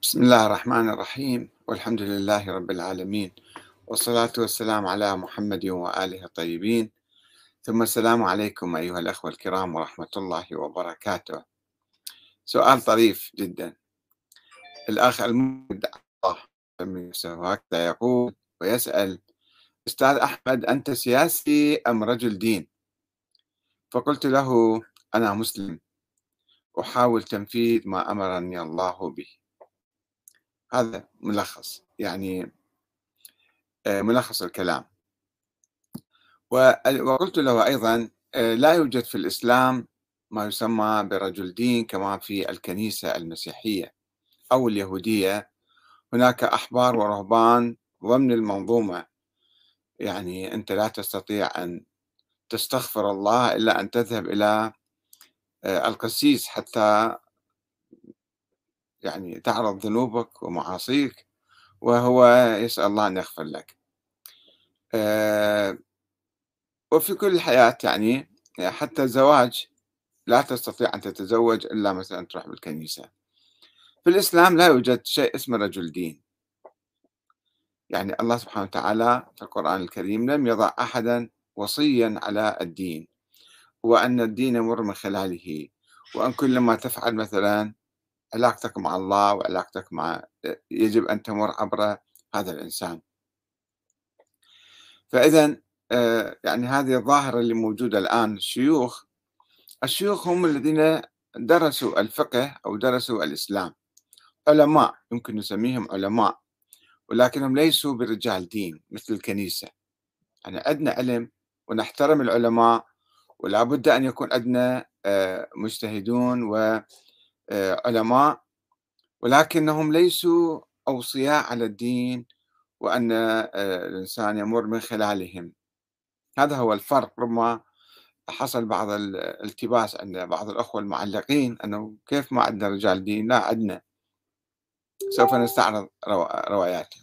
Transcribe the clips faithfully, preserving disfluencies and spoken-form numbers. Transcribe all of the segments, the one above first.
بسم الله الرحمن الرحيم والحمد لله رب العالمين والصلاة والسلام على محمد وآله الطيبين ثم السلام عليكم أيها الأخوة الكرام ورحمة الله وبركاته. سؤال طريف جدا. الأخ المجد الله نفسه هكذا يقول ويسأل: أستاذ أحمد، أنت سياسي أم رجل دين؟ فقلت له: أنا مسلم أحاول تنفيذ ما أمرني الله به. هذا ملخص يعني آه، ملخص الكلام. وقلت له أيضا: آه، لا يوجد في الإسلام ما يسمى برجل دين كما في الكنيسة المسيحية أو اليهودية. هناك أحبار ورهبان ضمن المنظومة، يعني أنت لا تستطيع أن تستغفر الله إلا أن تذهب إلى آه، القسيس حتى يعني تعرض ذنوبك ومعاصيك، وهو يسأل الله أن يغفر لك. آه، وفي كل الحياة يعني حتى الزواج لا تستطيع أن تتزوج إلا مثلا تروح بالكنيسة. في الإسلام لا يوجد شيء اسمه رجل دين. يعني الله سبحانه وتعالى في القرآن الكريم لم يضع أحدا وصيا على الدين، وأن الدين يمر من خلاله، وأن كل ما تفعل مثلا علاقتك مع الله وعلاقتك مع يجب أن تمر عبر هذا الإنسان. فإذا آه، يعني هذه الظاهرة اللي موجودة الآن. الشيوخ الشيوخ هم الذين درسوا الفقه أو درسوا الإسلام، علماء، يمكن نسميهم علماء، ولكنهم ليسوا برجال دين مثل الكنيسة. يعني عندنا علم ونحترم العلماء، ولا بد أن يكون عندنا آه، مجتهدون وعلماء، ولكنهم ليسوا أوصياء على الدين وأن آه، الإنسان يمر من خلالهم. هذا هو الفرق. ربما حصل بعض الالتباس عند بعض الأخوة المعلقين أنه كيف ما عندنا رجال دين؟ لا، عندنا. سوف نستعرض رواياتهم.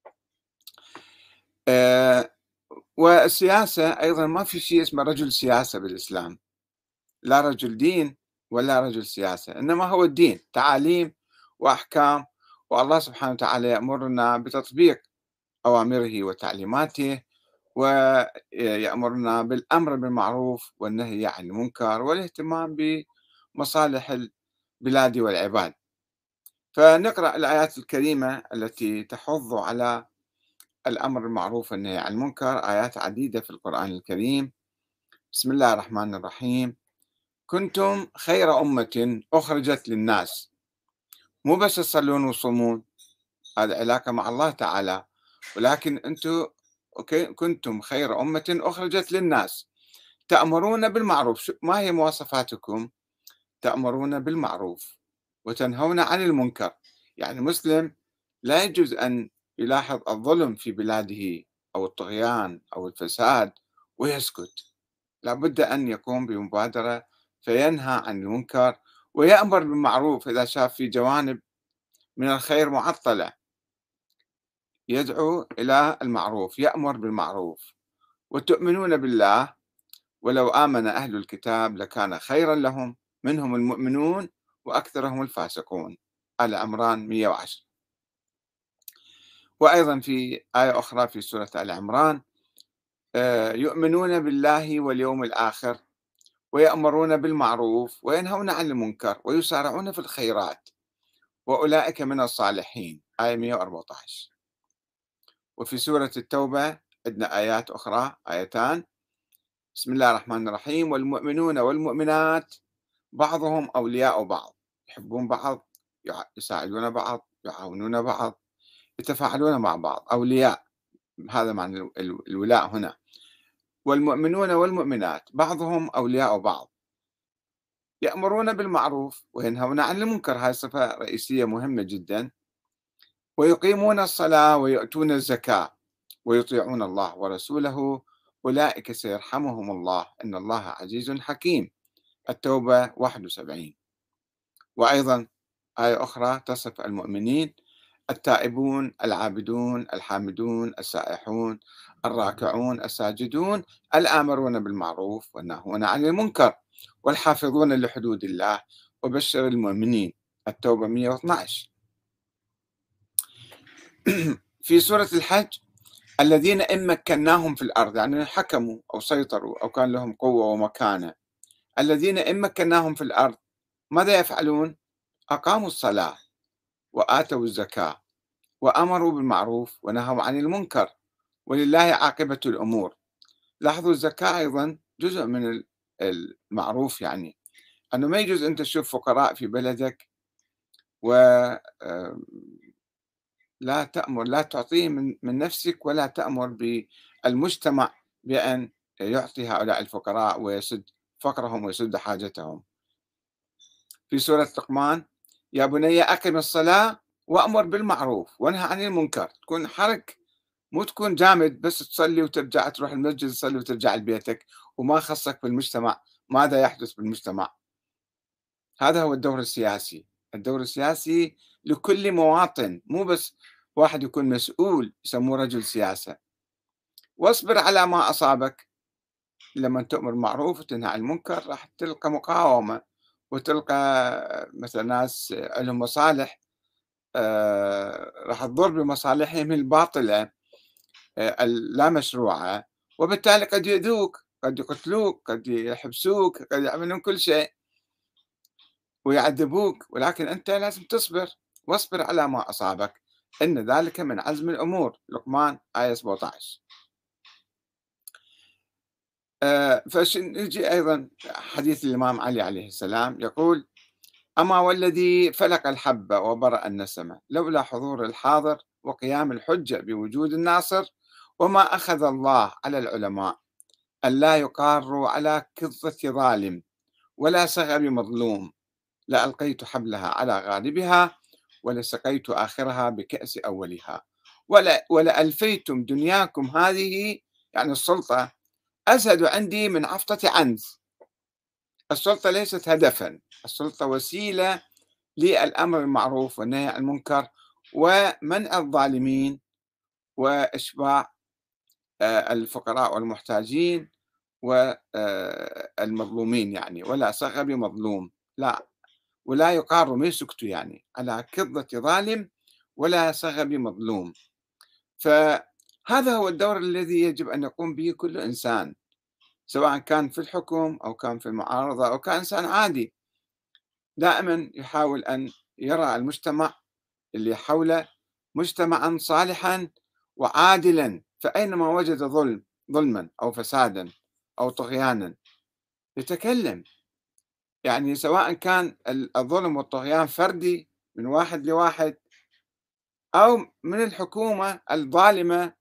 آه، والسياسة أيضا ما في شيء اسمه رجل سياسة بالإسلام، لا رجل دين ولا رجل سياسة، إنما هو الدين تعاليم وأحكام، والله سبحانه وتعالى يأمرنا بتطبيق أوامره وتعليماته، ويأمرنا بالأمر بالمعروف والنهي عن المنكر والاهتمام بمصالح البلاد والعباد. فنقرأ الآيات الكريمة التي تحض على الأمر بالمعروف والنهي عن المنكر، آيات عديدة في القرآن الكريم. بسم الله الرحمن الرحيم: كنتم خير أمة أخرجت للناس. مو بس تصلون وتصومون، هذا علاقة مع الله تعالى، ولكن أنتم كنتم خير أمة أخرجت للناس تأمرون بالمعروف. ما هي مواصفاتكم؟ تأمرون بالمعروف وتنهون عن المنكر. يعني مسلم لا يجوز أن يلاحظ الظلم في بلاده أو الطغيان أو الفساد ويسكت، لابد أن يقوم بمبادرة فينهى عن المنكر ويأمر بالمعروف. إذا شاف في جوانب من الخير معطلة يدعو إلى المعروف، يأمر بالمعروف. وتؤمنون بالله ولو آمن أهل الكتاب لكان خيرا لهم منهم المؤمنون وأكثرهم الفاسقون. آل عمران مئة وعشرة. وأيضا في آية أخرى في سورة آل عمران: آه، يؤمنون بالله واليوم الآخر ويأمرون بالمعروف وينهون عن المنكر ويسارعون في الخيرات وأولئك من الصالحين. آية مئة وأربعة عشر. وفي سورة التوبة عندنا آيات أخرى، آيتان. بسم الله الرحمن الرحيم: والمؤمنون والمؤمنات بعضهم أولياء بعض، يحبون بعض، يساعدون بعض، يعاونون بعض، يتفاعلون مع بعض. أولياء، هذا معنى الولاء هنا. والمؤمنون والمؤمنات بعضهم أولياء بعض، يأمرون بالمعروف وينهون عن المنكر، هاي صفة رئيسية مهمة جدا. ويقيمون الصلاة ويؤتون الزكاة ويطيعون الله ورسوله أولئك سيرحمهم الله إن الله عزيز حكيم. التوبة واحد وسبعين. وأيضا آية أخرى تصف المؤمنين: التائبون العابدون الحامدون السائحون الراكعون الساجدون الآمرون بالمعروف والناهون عن المنكر والحافظون لحدود الله وبشر المؤمنين. التوبة مئة واثني عشر. في سورة الحج الذين إن مكناهم في الأرض، يعني حكموا أو سيطروا أو كان لهم قوة ومكانة. الذين إن مكناهم في الأرض ماذا يفعلون؟ أقاموا الصلاة وآتوا الزكاة وأمروا بالمعروف ونهوا عن المنكر ولله عاقبة الأمور. لاحظوا الزكاة أيضا جزء من ال- المعروف، يعني أنه ما يجوز أنت تشوف فقراء في بلدك و آه، لا تأمر، لا تعطيه من من نفسك ولا تأمر بالمجتمع بأن يعطي هؤلاء الفقراء ويسد فقرهم ويسد حاجتهم. في سورة لقمان: يا بني أقم الصلاة وأمر بالمعروف وانهى عن المنكر. تكون حرك، مو تكون جامد بس تصلي وترجع تروح المسجد تصلي وترجع لبيتك وما خصك بالمجتمع ماذا يحدث بالمجتمع. هذا هو الدور السياسي. الدور السياسي لكل مواطن، مو بس واحد يكون مسؤول يسموه رجل سياسة. واصبر على ما أصابك. لما تؤمر بالمعروف وتنهى عن المنكر راح تلقى مقاومة، وتلقى مثلا ناس لهم مصالح، آه، راح تضر بمصالحهم الباطلة، آه، اللا مشروعة، وبالتالي قد يؤذوك، قد يقتلوك، قد يحبسوك، قد يعملون كل شيء ويعذبوك، ولكن أنت لازم تصبر. واصبر على ما أصابك إن ذلك من عزم الأمور. لقمان آية سبعة عشر. آه، فنجي أيضا حديث الإمام علي عليه السلام يقول: أما والذي فلق الحب وبرأ النسمة لولا حضور الحاضر وقيام الحجة بوجود الناصر وما أخذ الله على العلماء ألا يقاروا على كظة ظالم ولا سغب مظلوم لألقيت حبلها على غالبها ولسقيت آخرها بكأس أولها ولا ولألفيتم دنياكم هذه، يعني السلطة، أزهد عندي من عفطة عنز. السلطة ليست هدفا، السلطة وسيلة للأمر بالمعروف والنهي عن المنكر ومنع الظالمين وإشباع آه، الفقراء والمحتاجين والمظلومين، يعني ولا صغر بمظلوم، لا، ولا يقار ما يسكتوا يعني على كظة ظالم ولا صغر بمظلوم. فهذا هو الدور الذي يجب أن يقوم به كل إنسان، سواء كان في الحكم أو كان في المعارضة أو كان إنسان عادي. دائما يحاول أن يرى المجتمع اللي حوله مجتمعا صالحا وعادلا، فأينما وجد ظلم ظلما أو فسادا أو طغيانا يتكلم، يعني سواء كان الظلم والطغيان فردي من واحد لواحد أو من الحكومة الظالمة،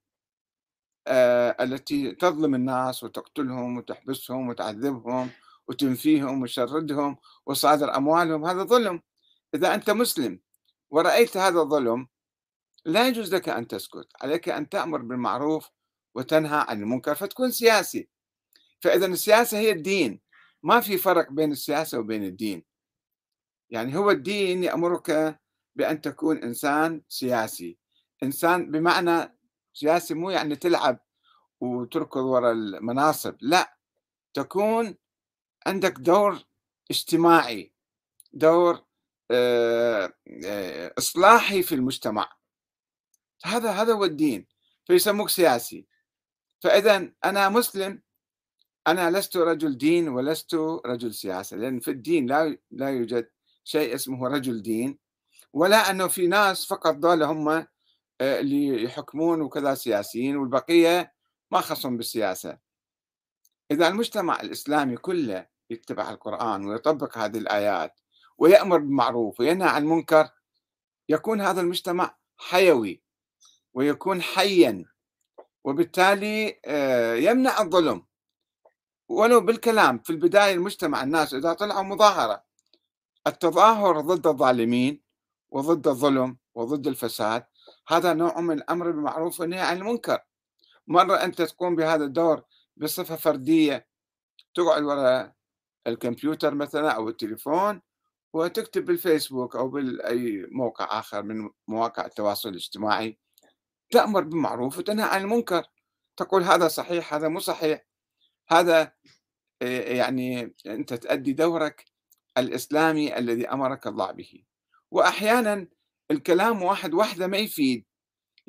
آه، التي تظلم الناس وتقتلهم وتحبسهم وتعذبهم وتنفيهم وتشردهم وتصادر أموالهم. هذا ظلم. إذا أنت مسلم ورأيت هذا الظلم لا يجوز لك أن تسكت، عليك أن تأمر بالمعروف وتنهى عن المنكر فتكون سياسي. فإذا السياسة هي الدين، ما في فرق بين السياسة وبين الدين. يعني هو الدين يأمرك بأن تكون إنسان سياسي. إنسان بمعنى سياسي مو يعني تلعب وتركض وراء المناصب، لا، تكون عندك دور اجتماعي، دور آه، آه، إصلاحي في المجتمع. هذا هذا هو الدين، فيسموك سياسي. فإذا أنا مسلم، أنا لست رجل دين ولست رجل سياسة، لأن في الدين لا لا يوجد شيء اسمه رجل دين، ولا أنه في ناس فقط دول هم آه، اللي يحكمون وكذا سياسيين والبقية ما خصهم بالسياسة. إذا المجتمع الإسلامي كله يتبع القرآن ويطبق هذه الآيات ويأمر بالمعروف وينهى عن المنكر يكون هذا المجتمع حيوي ويكون حيا، وبالتالي آه، يمنع الظلم ولو بالكلام. في البداية المجتمع الناس إذا طلعوا مظاهرة، التظاهر ضد الظالمين وضد الظلم وضد الفساد هذا نوع من الأمر بالمعروف والنهي عن المنكر. مرة أنت تقوم بهذا الدور بصفة فردية، تقعد وراء الكمبيوتر مثلا أو التليفون وتكتب بالفيسبوك أو بأي موقع آخر من مواقع التواصل الاجتماعي، تأمر بالمعروف وتنهى عن المنكر، تقول هذا صحيح هذا مو صحيح. هذا آآ يعني أنت تأدي دورك الإسلامي الذي أمرك الله به. وأحيانًا الكلام واحد وحده ما يفيد،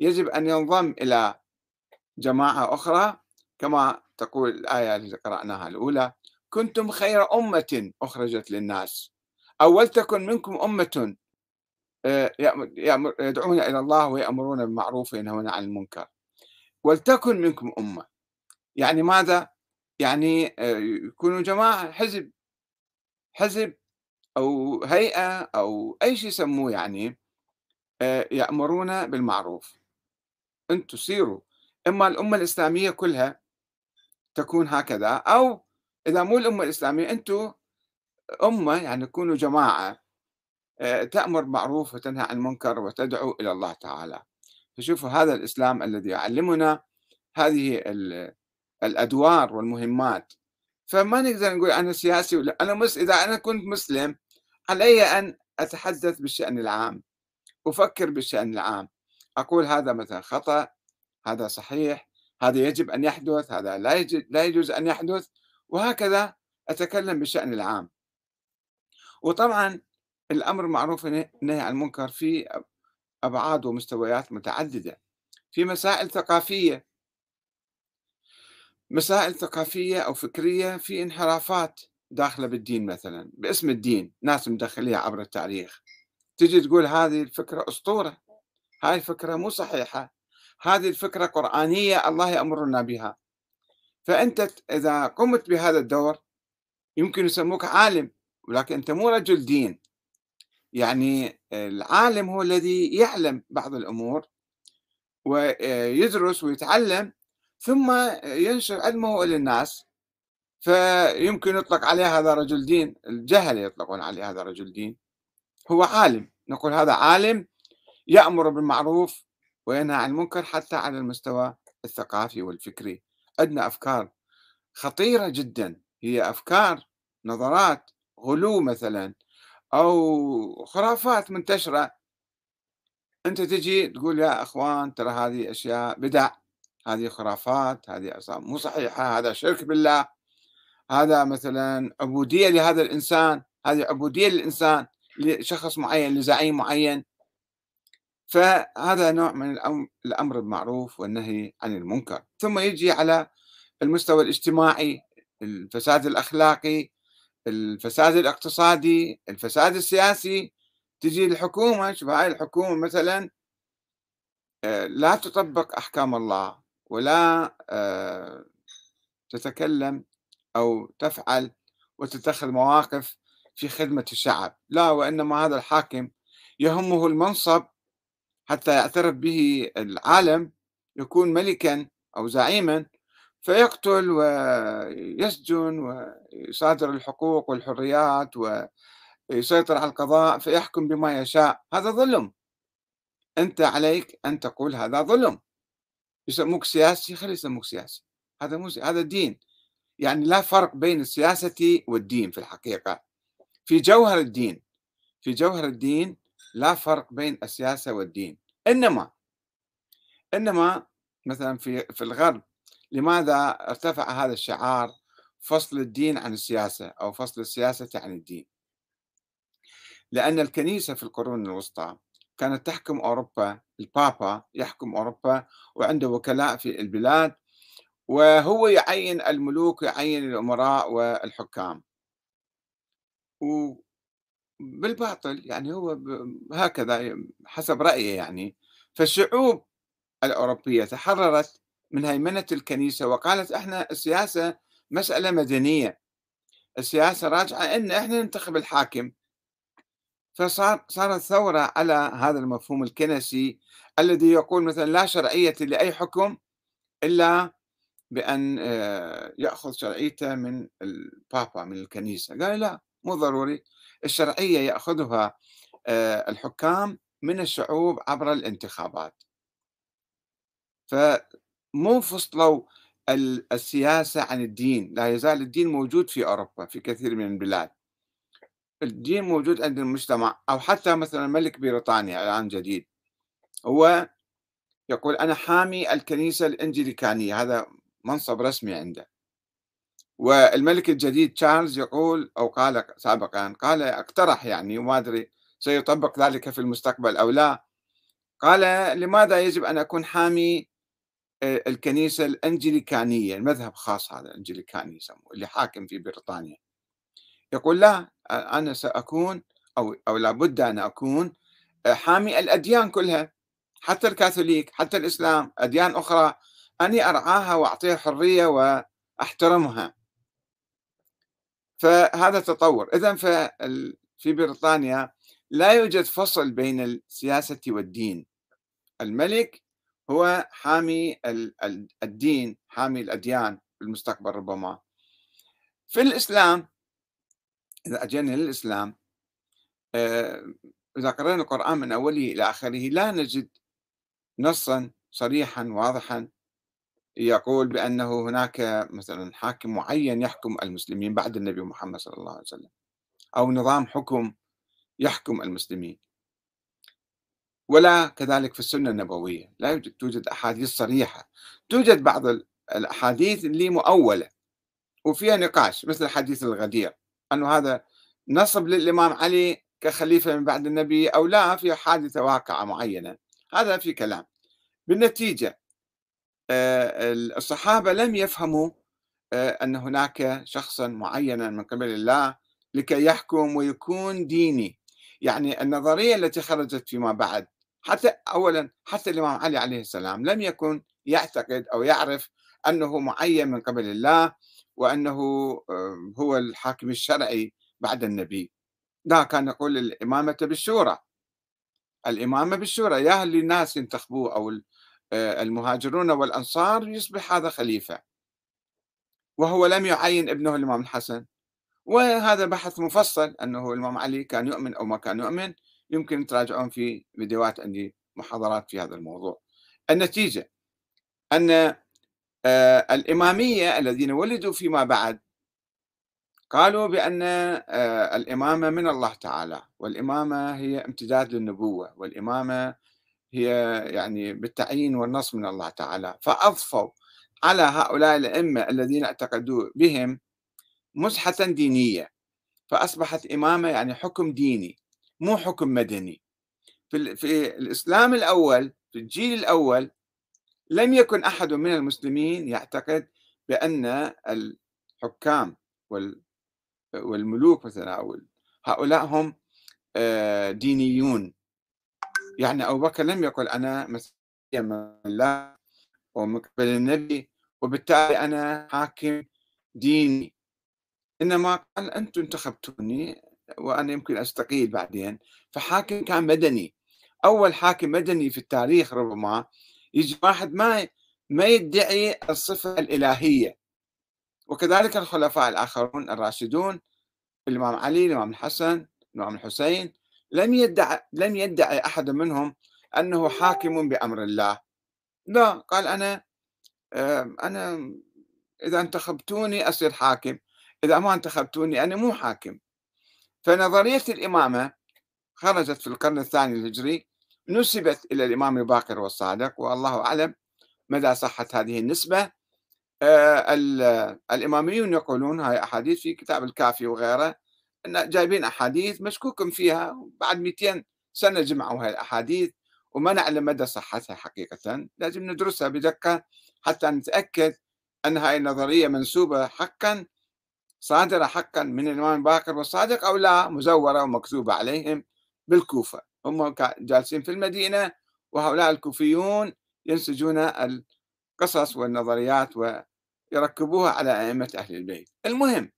يجب أن ينضم إلى جماعة أخرى كما تقول الآية التي قرأناها الأولى: كنتم خير أمة أخرجت للناس، أو ولتكن منكم أمة آآ يأم يأمر يدعون إلى الله ويأمرون بالمعروف وينهون عن المنكر، ولتكن منكم أمة. يعني ماذا؟ يعني آآ يكونوا جماعة، حزب حزب أو هيئة أو أي شيء يسموه يعني، آآ يأمرون بالمعروف. أنتم صيروا إما الأمة الإسلامية كلها تكون هكذا، أو إذا مو الأمة الإسلامية أنتم أمة، يعني كونوا جماعة آآ تأمر بالمعروف وتنهى عن المنكر وتدعو إلى الله تعالى. فشوفوا هذا الإسلام الذي يعلمنا هذه ال الأدوار والمهمات. فما نقدر نقول أنا سياسي ولا أنا مس إذا أنا كنت مسلم علي أن أتحدث بالشأن العام، أفكر بالشأن العام، أقول هذا مثلًا خطأ، هذا صحيح، هذا يجب أن يحدث، هذا لا يج لا يجوز أن يحدث، وهكذا أتكلم بالشأن العام. وطبعًا الأمر بالمعروف والنهي عن المنكر فيه أبعاد ومستويات متعددة، في مسائل ثقافية، مسائل ثقافية أو فكرية، في انحرافات داخلة بالدين مثلًا باسم الدين، ناس مدخليها عبر التاريخ، تيجي تقول هذه الفكرة أسطورة، هاي الفكرة مو صحيحة، هذه الفكرة قرآنية الله يأمرنا بها. فأنت ت إذا قمت بهذا الدور يمكن يسموك عالم، ولكن أنت مو رجل دين. يعني العالم هو الذي يعلم بعض الأمور ويدرس ويتعلم ثم ينشر علمه إلى الناس، فيمكن يطلق عليه هذا رجل دين. الجهلة يطلقون عليه هذا رجل دين، هو عالم، نقول هذا عالم يأمر بالمعروف وينهى عن المنكر حتى على المستوى الثقافي والفكري. عندنا أفكار خطيرة جدا، هي أفكار، نظرات، غلو مثلا أو خرافات منتشرة. أنت تجي تقول يا أخوان ترى هذه أشياء بدع، هذه خرافات، هذه أصلا مو صحيحة، هذا شرك بالله، هذا مثلا عبودية لهذا الإنسان، هذه عبودية للإنسان، لشخص معين، لزعيم معين. فهذا نوع من الأم- الأمر بالمعروف والنهي عن المنكر. ثم يجي على المستوى الاجتماعي، الفساد الأخلاقي، الفساد الاقتصادي، الفساد السياسي. تجي الحكومة، شوف هاي الحكومة مثلا آه، لا تطبق أحكام الله، ولا آه، تتكلم أو تفعل وتتخذ مواقف في خدمة الشعب، لا، وإنما هذا الحاكم يهمه المنصب حتى يعترف به العالم، يكون ملكا أو زعيما، فيقتل ويسجن ويصادر الحقوق والحريات ويسيطر على القضاء فيحكم بما يشاء. هذا ظلم، أنت عليك أن تقول هذا ظلم. يسموك سياسي، خلي يسموك سياسي، هذا مو سي- هذا دين. يعني لا فرق بين السياسة والدين في الحقيقة، في جوهر الدين، في جوهر الدين لا فرق بين السياسة والدين. إنما إنما مثلا في في الغرب لماذا ارتفع هذا الشعار: فصل الدين عن السياسة أو فصل السياسة عن الدين؟ لأن الكنيسة في القرون الوسطى كانت تحكم أوروبا، البابا يحكم أوروبا وعنده وكلاء في البلاد، وهو يعين الملوك ويعين الأمراء والحكام، وبالباطل يعني هو ب- هكذا حسب رأيه يعني. فالشعوب الأوروبية تحررت من هيمنة الكنيسة وقالت احنا السياسة مسألة مدنية، السياسة راجعة ان احنا ننتخب الحاكم. فصار صارت ثورة على هذا المفهوم الكنسي الذي يقول مثلا لا شرعية لأي حكم إلا بأن آه، يأخذ شرعيته من البابا، من الكنيسة. قال لا، مو ضروري، الشرعية يأخذها آه، الحكام من الشعوب عبر الانتخابات. فمو فصلوا ال- السياسة عن الدين، لا يزال الدين موجود في أوروبا في كثير من البلاد، الدين موجود عند المجتمع. أو حتى مثلا ملك بريطانيا الآن جديد، هو يقول أنا حامي الكنيسة الإنجليكانية، هذا منصب رسمي عنده. والملك الجديد تشارلز يقول أو قال سابقا، قال اقترح يعني وما أدري سيطبق ذلك في المستقبل أو لا، قال: لماذا يجب أن أكون حامي آآ الكنيسة الأنجليكانية، المذهب خاص هذا الأنجليكاني يسموه، اللي حاكم في بريطانيا. يقول: لا، أ أنا سأكون أو أو لابد أن أكون آآ حامي الأديان كلها، حتى الكاثوليك، حتى الإسلام، أديان أخرى، أني أرعاها وأعطيها حرية وأحترمها. فهذا تطور. إذًا فال في بريطانيا لا يوجد فصل بين السياسة والدين. الملك هو حامي ال ال الدين، حامي الأديان في المستقبل ربما. في الإسلام، إذا أجينا للإسلام، آآ إذا قرأنا القرآن من أوله إلى آخره لا نجد نصًا صريحًا واضحًا يقول بأنه هناك مثلًا حاكم معين يحكم المسلمين بعد النبي محمد صلى الله عليه وسلم، أو نظام حكم يحكم المسلمين. ولا كذلك في السنة النبوية، لا يوجد توجد أحاديث صريحة. توجد بعض ال الأحاديث اللي مؤولة وفيها نقاش، مثل حديث الغدير، أنه هذا نصب للإمام علي كخليفة من بعد النبي أو لا، في حادثة واقعة معينة، هذا في كلام. بالنتيجة آآ الصحابة لم يفهموا آآ أن هناك شخصًا معينًا من قبل الله لكي يحكم ويكون ديني. يعني النظرية التي خرجت فيما بعد، حتى أولًا حتى الإمام علي عليه السلام لم يكن يعتقد أو يعرف أنه معين من قبل الله، وأنه آآ هو الحاكم الشرعي بعد النبي. لا، كان يقول الإمامة بالشورى، الإمامة بالشورى، يا اللي الناس ينتخبوه أو ال آآ المهاجرون والأنصار يصبح هذا خليفة، وهو لم يعين ابنه الإمام الحسن. وهذا بحث مفصل أنه الإمام علي كان يؤمن أو ما كان يؤمن، يمكن تراجعون في فيديوهات عندي، محاضرات في هذا الموضوع. النتيجة أن آآ الإمامية الذين ولدوا فيما بعد قالوا بأن آآ الإمامة من الله تعالى، والإمامة هي امتداد للنبوة، والإمامة هي يعني بالتعيين والنص من الله تعالى. فأضفوا على هؤلاء الأئمة الذين اعتقدوا بهم مُزحة دينية، فأصبحت إمامة يعني حكم ديني، مو حكم مدني. في ال في الإسلام الأول، في الجيل الأول، لم يكن أحد من المسلمين يعتقد بأن الحكام وال والملوك مثلًا أو ال هؤلاء هم آآ دينيون. يعني أبو بكر لم يقل أنا مسيحي من الله ومن قبل النبي، وبالتالي أنا حاكم ديني. إنما قال: أنتم انتخبتوني وأنا يمكن أستقيل بعدين. فحاكم كان مدني، أول حاكم مدني في التاريخ ربما يجي واحد ما ما يدعي الصفة الإلهية. وكذلك الخلفاء الآخرون الراشدون، الإمام علي، الإمام الحسن، الإمام الحسين، لم يدعي لم يدعي أحد منهم أنه حاكم بأمر الله. لا، قال: أنا آآ أنا إذا انتخبتوني أصير حاكم، إذا ما انتخبتوني أنا مو حاكم. فنظرية الإمامة خرجت في القرن الثاني الهجري، نُسبت إلى الإمام الباقر والصادق، والله أعلم مدى صحة هذه النسبة. آآ ال الإماميون يقولون، هاي أحاديث في كتاب الكافي وغيره، إن جايبين أحاديث مشكوك فيها، بعد مئتين سنة جمعوا هاي الأحاديث وما نعلم مدى صحتها حقيقةً. لازم ندرسها بدقة حتى نتأكد أن هاي النظرية منسوبة حقًا، صادرة حقًا من الإمام الباقر والصادق، أو لا مزورة ومكذوبة عليهم بالكوفة. هم كا جالسين في المدينة، وهؤلاء الكوفيون ينسجون القصص والنظريات ويركبوها على أئمة أهل البيت. المهم،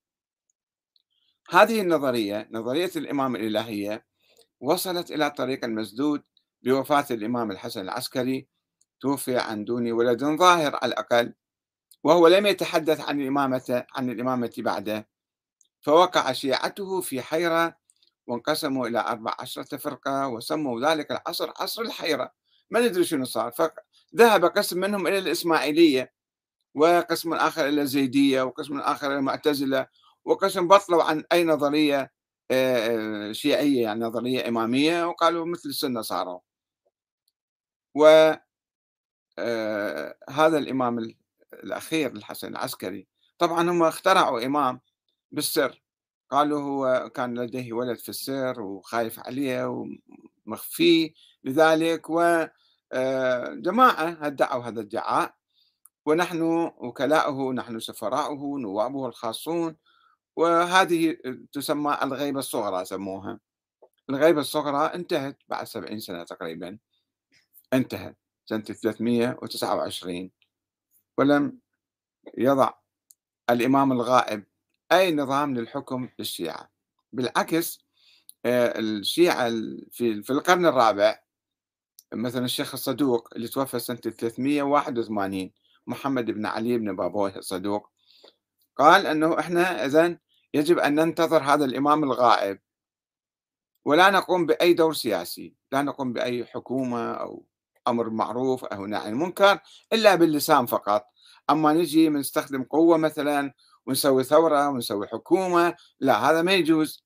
هذه النظرية، نظرية الإمامة الإلهية، وصلت إلى طريق المسدود بوفاة الإمام الحسن العسكري. توفي عن دون ولد ظاهر على الأقل، وهو لم يتحدث عن الإمامة عن الإمامة بعده. فوقع شيعته في حيرة، وانقسموا إلى أربع عشرة فرقة، وسموا ذلك العصر عصر الحيرة. ما ندري شنو صار. فذهب قسم منهم إلى الإسماعيلية، وقسم آخر إلى الزيدية، وقسم آخر إلى المعتزلة، وقسم بطلوا عن أي نظرية آآ شيعية، يعني نظرية إمامية، وقالوا مثل السنة صاروا. و آآ هذا الإمام ال الأخير الحسن العسكري، طبعًا هم اخترعوا إمام بالسر. قالوا هو كان لديه ولد في السر وخايف عليه ومخفيه لذلك وجماعة ادعوا هذا الادعاء، ونحن وكلاؤه، نحن سفراؤه، نوابه الخاصون. وهذه تسمى الغيبة الصغرى سموها. الغيبة الصغرى انتهت بعد سبعين سنة تقريبا، انتهت سنة ثلاثمئة وتسعة وعشرين، ولم يضع الإمام الغائب أي نظام للحكم للشيعة. بالعكس، آه، الشيعة في في القرن الرابع، مثلا الشيخ الصدوق اللي توفى سنة ثلاثمئة وواحد وثمانين، محمد بن علي بن بابويه الصدوق، قال أنه إحنا إذن يجب أن ننتظر هذا الإمام الغائب، ولا نقوم بأي دور سياسي، لا نقوم بأي حكومة أو أمر معروف أو نهي عن المنكر إلا باللسان فقط. أما نجي نستخدم قوة مثلا ونسوي ثورة ونسوي حكومة، لا، هذا ما يجوز.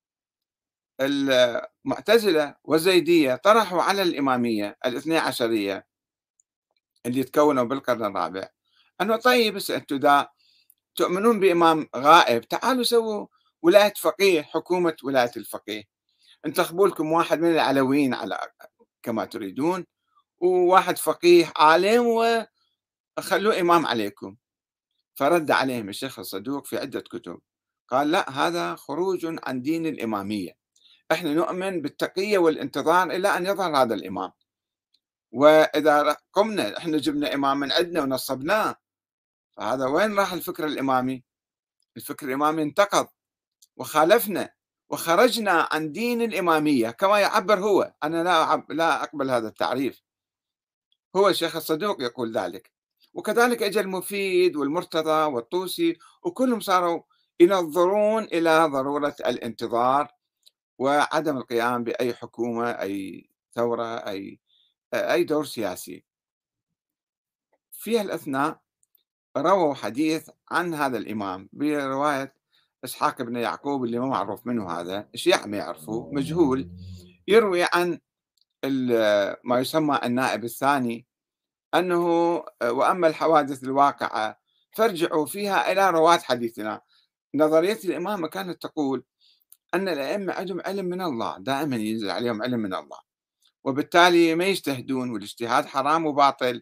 المعتزلة والزيدية طرحوا على الإمامية الاثني عشرية اللي تكونوا بالقرن الرابع أنه طيب، بس أنتم إذا تؤمنون بإمام غائب تعالوا سووا ولاية فقيه، حكومة ولاية الفقيه، انتخبوا لكم واحد من العلويين على كما تريدون، وواحد فقيه عالم، وخلوه إمام عليكم. فرد عليهم الشيخ الصدوق في عدة كتب، قال لا، هذا خروج عن دين الإمامية، احنا نؤمن بالتقية والانتظار إلى أن يظهر هذا الإمام. وإذا قمنا احنا جبنا إمام من عندنا ونصبناه، فهذا وين راح الفكر الإمامي؟ الفكر الإمامي انتقض وخالفنا وخرجنا عن دين الإمامية كما يعبر هو. أنا لا أعب- لا أقبل هذا التعريف، هو الشيخ الصدوق يقول ذلك. وكذلك اجى المفيد والمرتضى والطوسي، وكلهم صاروا ينظرون إلى ضرورة الانتظار وعدم القيام بأي حكومة، أي ثورة، أي أي دور سياسي. في الأثناء رووا حديث عن هذا الإمام برواية إسحاق بن يعقوب، اللي ما معروف منه، هذا الشيعة ما يعرفوه، مجهول. يروي عن ال- ما يسمى النائب الثاني أنه وأما الحوادث الواقعة فارجعوا فيها إلى رواة حديثنا. نظرية الإمامة كانت تقول أن الأئمة عندهم علم من الله، دائما ينزل عليهم علم من الله، وبالتالي ما يجتهدون، والاجتهاد حرام وباطل،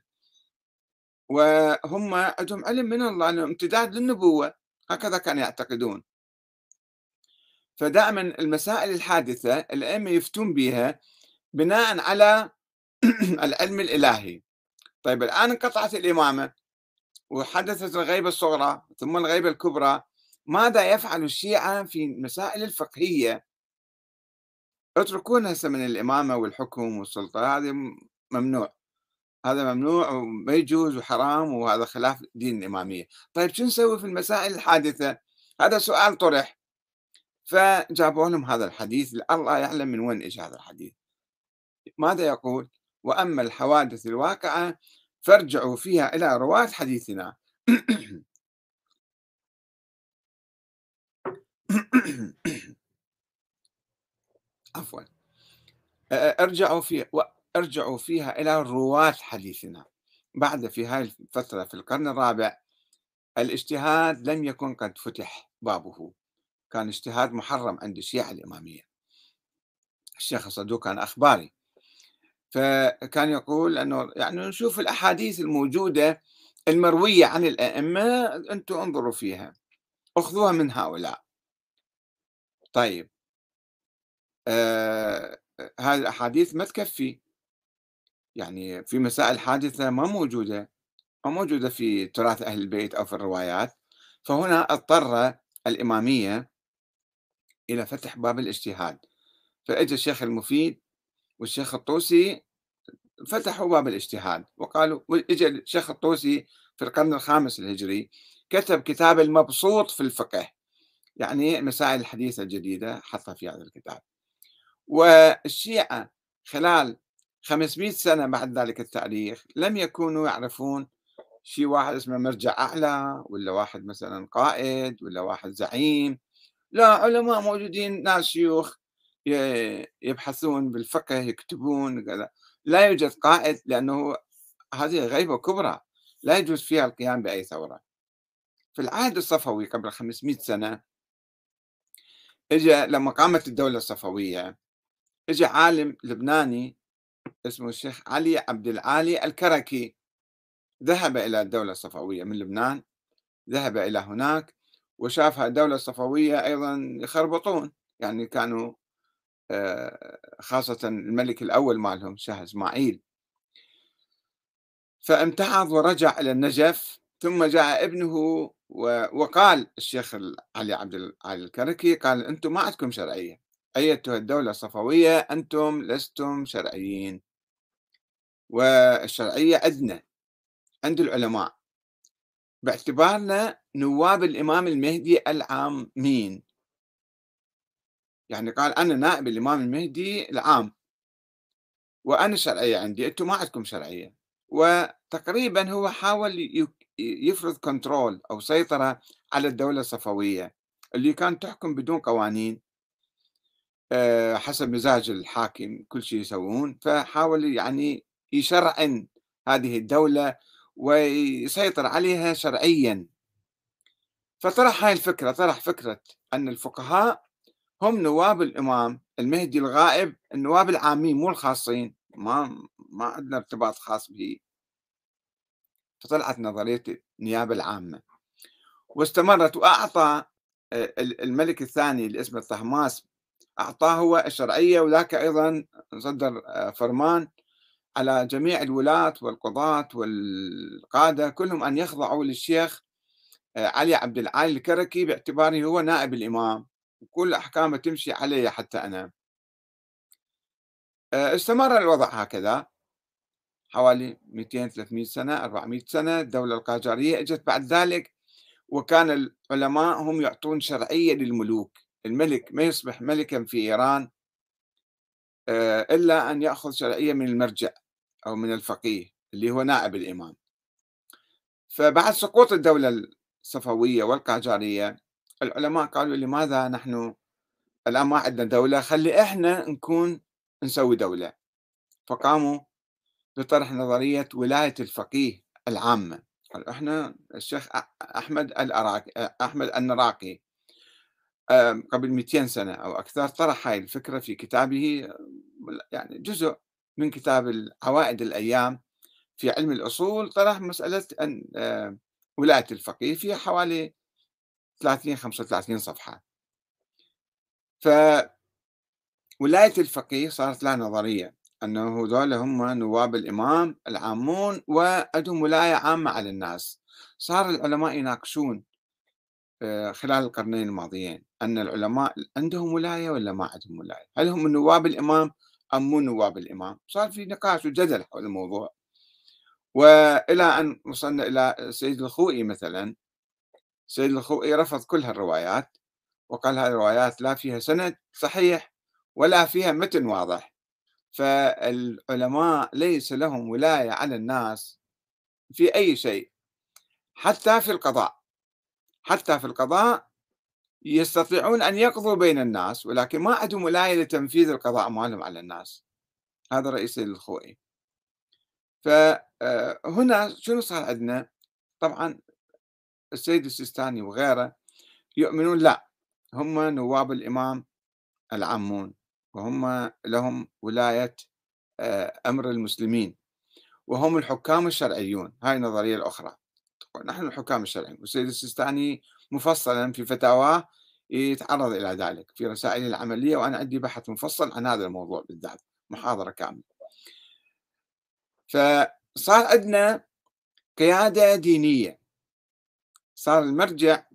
وهم عندهم علم من الله لأنه امتداد للنبوة، هكذا كانوا يعتقدون. فدائما المسائل الحادثة الأئمة يفتون بها بناء على العلم الإلهي. طيب الآن انقطعت الإمامة وحدثت الغيبة الصغرى ثم الغيبة الكبرى، ماذا يفعل الشيعة في المسائل الفقهية؟ اتركونا هسه من الإمامة والحكم والسلطة، هذه ممنوع، هذا ممنوع وما يجوز وحرام، وهذا خلاف دين الإمامية. طيب شو نسوي في المسائل الحادثة؟ هذا سؤال طرح، فجابوا لهم هذا الحديث. الله يعلم من وين اجى هذا الحديث. ماذا يقول؟ وأما الحوادث الواقعة فارجعوا فيها إلى رواة حديثنا. عفوا. ارجعوا في ارجعوا فيها إلى رواة حديثنا. بعد في هذه الفترة في القرن الرابع الاجتهاد لم يكن قد فتح بابه، كان اجتهاد محرم عند الشيعة الإمامية. الشيخ الصدوق كان أخباري، فكان يقول أنه يعني نشوف الأحاديث الموجودة المروية عن الأئمة، أنتم انظروا فيها، أخذوها من هؤلاء. طيب، آه هذه الأحاديث ما تكفي، يعني في مسائل حادثة ما موجودة، ما موجودة في تراث أهل البيت أو في الروايات. فهنا اضطر الإمامية إلى فتح باب الاجتهاد، فأجى الشيخ المفيد والشيخ الطوسي فتحوا باب الاجتهاد وقالوا. اجى الشيخ الطوسي في القرن الخامس الهجري كتب كتاب المبسوط في الفقه، يعني المسائل الحديثة الجديدة حطها في هذا الكتاب. والشيعة خلال خمسمئة سنة بعد ذلك التاريخ لم يكونوا يعرفون شيء واحد اسمه مرجع أعلى، ولا واحد مثلا قائد، ولا واحد زعيم. لا، علماء موجودين، ناس شيوخ ي- يبحثون بالفقه، يكتبون كذا. لا يوجد قائد، لأنه هذه غيبة كبرى لا يجوز فيها القيام بأي ثورة. في العهد الصفوي قبل خمسمئة سنة، اجى لما قامت الدولة الصفوية، اجى عالم لبناني اسمه الشيخ علي عبد العالي الكركي، ذهب إلى الدولة الصفوية من لبنان، ذهب إلى هناك وشافها الدولة الصفوية أيضًا يخربطون، يعني كانوا آآ خاصةً الملك الأول مالهم شاه إسماعيل، فامتعض ورجع إلى النجف، ثم جاء ابنه و وقال الشيخ ال علي عبد العالي الكركي قال: "أنتم ما عندكم شرعية، أيتها الدولة الصفوية أنتم لستم شرعيين، والشرعية عندنا، عند العلماء، باعتبارنا نواب الإمام المهدي العامين." يعني قال: "أنا نائب الإمام المهدي العام، وأنا الشرعية عندي، أنتم ما عندكم شرعية." وتقريبًا هو حاول ي يفرض control أو سيطرة على الدولة الصفوية، اللي كانت تحكم بدون قوانين، آآ، حسب مزاج الحاكم كل شي يسوون، فحاول يعني يشرعن هذه الدولة ويسيطر عليها شرعيًا، فطرح هاي الفكرة، طرح فكرة أن الفقهاء هم نواب الإمام المهدي الغائب، النواب العامين مو الخاصين، ما ما عندنا ارتباط خاص به، فطلعت نظرية النيابة العامة، واستمرت وأعطى آآ ال الملك الثاني اللي اسمه طهماسب، أعطاه هو الشرعية، وذاك أيضًا صدّر آآ فرمان على جميع الولاة والقضاة والقادة كلهم أن يخضعوا للشيخ آآ علي عبد العالي الكركي باعتباره هو نائب الإمام، وكل أحكامه تمشي علي حتى أنا. آآ استمر الوضع هكذا حوالي مئتين ثلاثمئة سنة، أربعمئة سنة، الدولة القاجارية إجت بعد ذلك، وكان العلماء هم يعطون شرعية للملوك، الملك ما يصبح ملكًا في إيران آآ إلا أن يأخذ شرعية من المرجع أو من الفقيه اللي هو نائب الإمام. فبعد سقوط الدولة الصفوية والقاجارية، العلماء قالوا: لماذا نحن الآن ما عندنا دولة، خلّي إحنا نكون نسوي دولة، فقاموا بطرح نظرية ولاية الفقيه العامة. قال: إحنا الشيخ أ أحمد الأراك أحمد النراقي آآ قبل مئتين سنة أو أكثر طرح هاي الفكرة في كتابه، يعني جزء من كتاب ال عوائد الأيام في علم الأصول، طرح مسألة أن آآ ولاية الفقيه في حوالي ثلاثين خمسة وثلاثين صفحة. فولاية الفقيه صارت لها نظرية أنه هذول هم نواب الإمام العامون وعندهم ولاية عامة على الناس. صار العلماء يناقشون آآ خلال القرنين الماضيين أن العلماء عندهم ولاية والّا ما عندهم ولاية؟ هل هم من نواب الإمام أم مو نواب الإمام؟ صار في نقاش وجدل حول الموضوع، وإلى أن وصلنا إلى السيد الخوئي مثلًا. السيد الخوئي رفض كل هالروايات وقال: هذه الروايات لا فيها سند صحيح ولا فيها متن واضح، فالعلماء ليس لهم ولاية على الناس في أي شيء، حتى في القضاء، حتى في القضاء يستطيعون أن يقضوا بين الناس، ولكن ما عندهم ولاية لتنفيذ القضاء مالهم على الناس. هذا رئيس الخوئي. فهنا شنو صار عندنا؟ طبعا السيد السيستاني وغيره يؤمنون لا، هم نواب الإمام العامون، وهم لهم ولاية آآ أمر المسلمين، وهم الحكام الشرعيون. هاي النظرية الأخرى، نحن الحكام الشرعيون، والسيد السيستاني مفصلًا في فتاواه يتعرض إلى ذلك في رسائله العملية، وأنا عندي بحث مفصل عن هذا الموضوع بالذات، محاضرة كاملة. فصار عندنا قيادة دينية، صار المرجع